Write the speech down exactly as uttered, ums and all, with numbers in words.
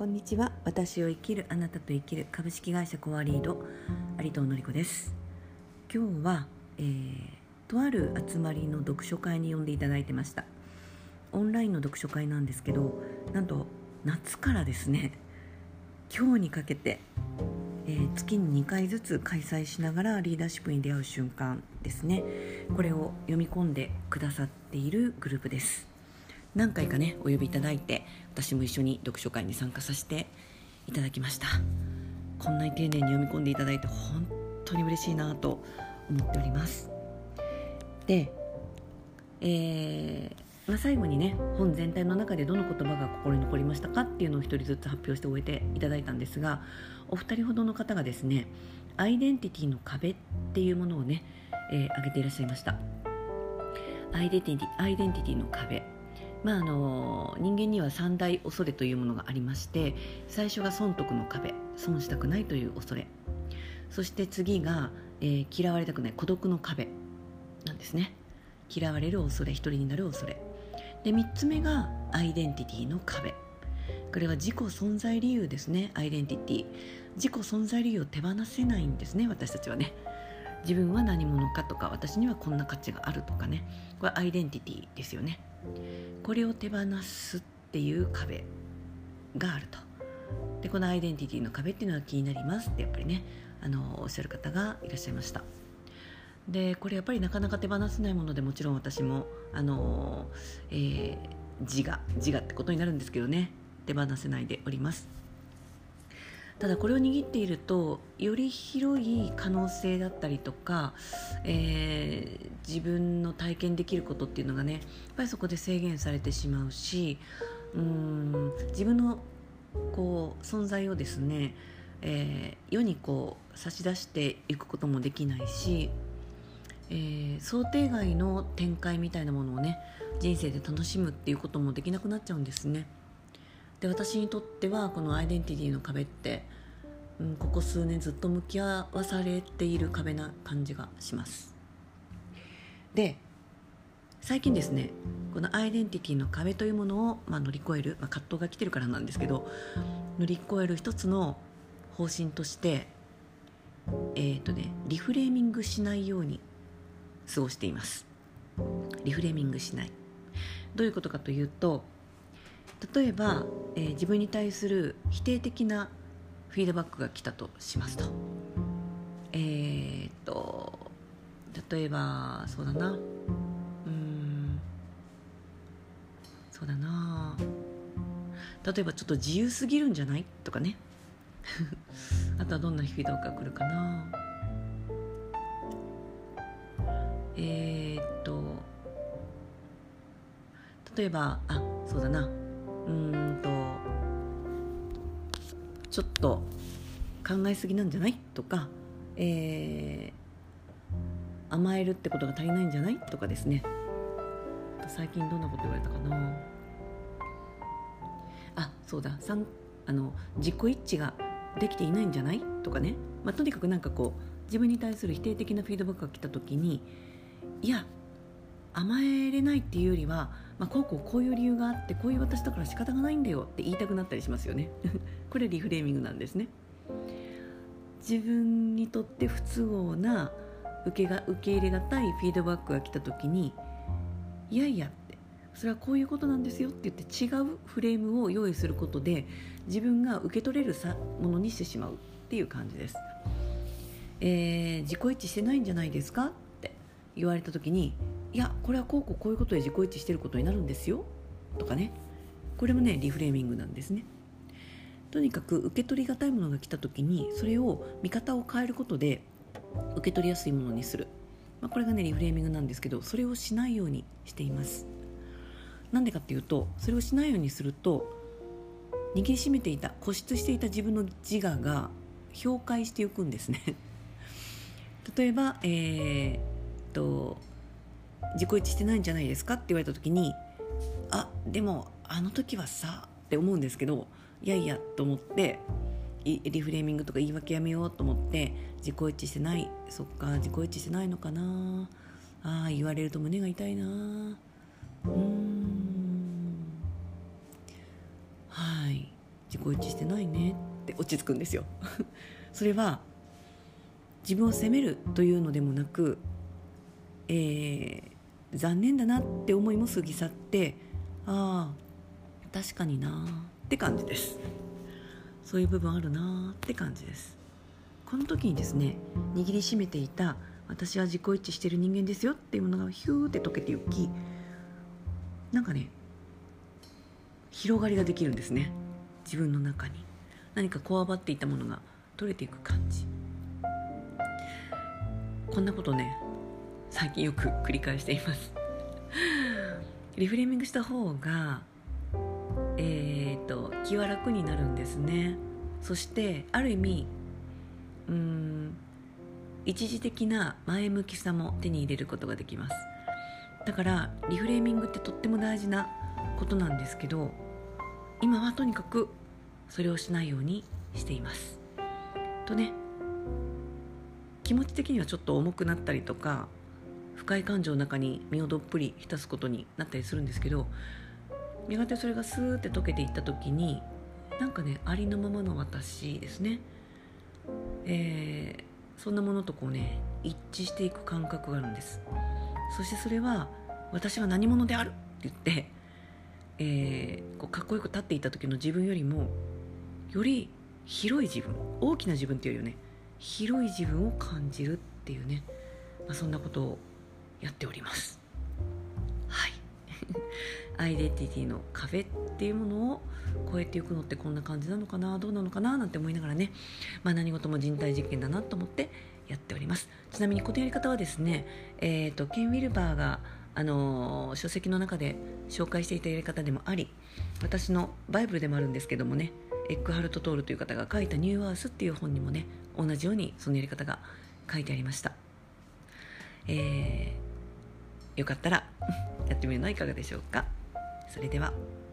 んにちは。私を生きるあなたと生きる株式会社コアリード有藤典子です。今日は、えー、とある集まりの読書会に呼んでいただいてました。オンラインの読書会なんですけど、なんと夏からですね、今日にかけて、えー、月ににかいずつ開催しながらリーダーシップに出会う瞬間ですね、これを読み込んでくださっているグループです。何回かねお呼びいただいて、私も一緒に読書会に参加させていただきました。こんなに丁寧に読み込んでいただいて本当に嬉しいなと思っております。で、えーまあ、最後にね本全体の中でどの言葉が心に残りましたかっていうのを一人ずつ発表して終えていただいたんですが、お二人ほどの方がですねアイデンティティの壁っていうものをね、えー、挙げていらっしゃいました。アイデンティティ、アイデンティティの壁、まあ、あの人間には三大恐れというものがありまして、最初が損得の壁、損したくないという恐れ、そして次が、えー、嫌われたくない孤独の壁なんですね。嫌われる恐れ、一人になる恐れで、みっつめがアイデンティティの壁。これは自己存在理由ですね。アイデンティティ、自己存在理由を手放せないんですね、私たちはね。自分は何者かとか、私にはこんな価値があるとかね、これアイデンティティですよね。これを手放すっていう壁があると。で、このアイデンティティの壁っていうのは気になりますってやっぱりねあのおっしゃる方がいらっしゃいました。で、これやっぱりなかなか手放せないもので、もちろん私もあの、えー、自我自我ってことになるんですけどね、手放せないでおります。ただこれを握っていると、より広い可能性だったりとか、えー、自分の体験できることっていうのがねやっぱりそこで制限されてしまうし、うーん自分のこう存在をですね、えー、世にこう差し出していくこともできないし、えー、想定外の展開みたいなものをね人生で楽しむっていうこともできなくなっちゃうんですね。で、私にとってはこのアイデンティティの壁って、うん、ここ数年ずっと向き合わされている壁な感じがします。で、最近ですねこのアイデンティティの壁というものを、まあ、乗り越える、まあ、葛藤が来てるからなんですけど、乗り越える一つの方針として、えーとね、リフレーミングしないように過ごしています。リフレーミングしない、どういうことかというと、例えば、えー、自分に対する否定的なフィードバックが来たとしますと、えーと例えばそうだなうーんそうだな例えばちょっと自由すぎるんじゃないとかねあとはどんなフィードバックが来るかな。えーっと例えばあそうだなうーんとちょっと考えすぎなんじゃないとか、えー、甘えるってことが足りないんじゃないとかですね。最近どんなこと言われたかな。あ、そうだ、さんあの自己一致ができていないんじゃないとかね、まあ、とにかくなんかこう自分に対する否定的なフィードバックが来た時に、いや甘えれないっていうよりは、まあ、こうこうこういう理由があって、こういう私だから仕方がないんだよって言いたくなったりしますよねこれリフレーミングなんですね。自分にとって不都合な受けが受け入れがたいフィードバックが来た時に、いやいやってそれはこういうことなんですよって言って、違うフレームを用意することで自分が受け取れるさものにしてしまうっていう感じです。えー、自己一致してないんじゃないですかって言われた時に、いやこれはこうこうこういうことで自己一致してることになるんですよとかね、これもねリフレーミングなんですね。とにかく受け取りがたいものが来た時に、それを見方を変えることで受け取りやすいものにする、まあ、これがねリフレーミングなんですけど、それをしないようにしています。なんでかっていうと、それをしないようにすると握りしめていた固執していた自分の自我が氷解していくんですね例えば、えー、っと自己一致してないんじゃないですかって言われた時に、あでもあの時はさって思うんですけど、いやいやと思ってリフレーミングとか言い訳やめようと思って、自己一致してない、そっか自己一致してないのかな、あ言われると胸が痛いな、うーんはい自己一致してないねって落ち着くんですよそれは自分を責めるというのでもなく、えー、残念だなって思いも過ぎ去って、ああ確かになって感じです。そういう部分あるなって感じです。この時にですね、握りしめていた私は自己一致している人間ですよっていうものがヒューって溶けていき、なんかね広がりができるんですね。自分の中に何かこわばっていたものが取れていく感じ。こんなことね最近よく繰り返していますリフレーミングした方がえーと気は楽になるんですね。そしてある意味うーん一時的な前向きさも手に入れることができます。だからリフレーミングってとっても大事なことなんですけど、今はとにかくそれをしないようにしていますとね。気持ち的にはちょっと重くなったりとか、不快感情の中に身をどっぷり浸すことになったりするんですけど、やがてそれがスーって溶けていった時に、なんかねありのままの私ですね、えー、そんなものとこうね一致していく感覚があるんです。そしてそれは私は何者であるって言って、えー、こうかっこよく立っていた時の自分よりもより広い自分、大きな自分っていうよりはね広い自分を感じるっていうね、まあ、そんなことをやっております。はいアイデンティティの壁っていうものを超えていくのってこんな感じなのかな、どうなのかななんて思いながらね、まあ、何事も人体実験だなと思ってやっております。ちなみにこのやり方はですね、えーと、ケン・ウィルバーが、あのー、書籍の中で紹介していたやり方でもあり、私のバイブルでもあるんですけどもね、エックハルト・トールという方が書いたニューアースっていう本にもね同じようにそのやり方が書いてありました。えー、よかったらやってみるのはいかがでしょうか。それでは。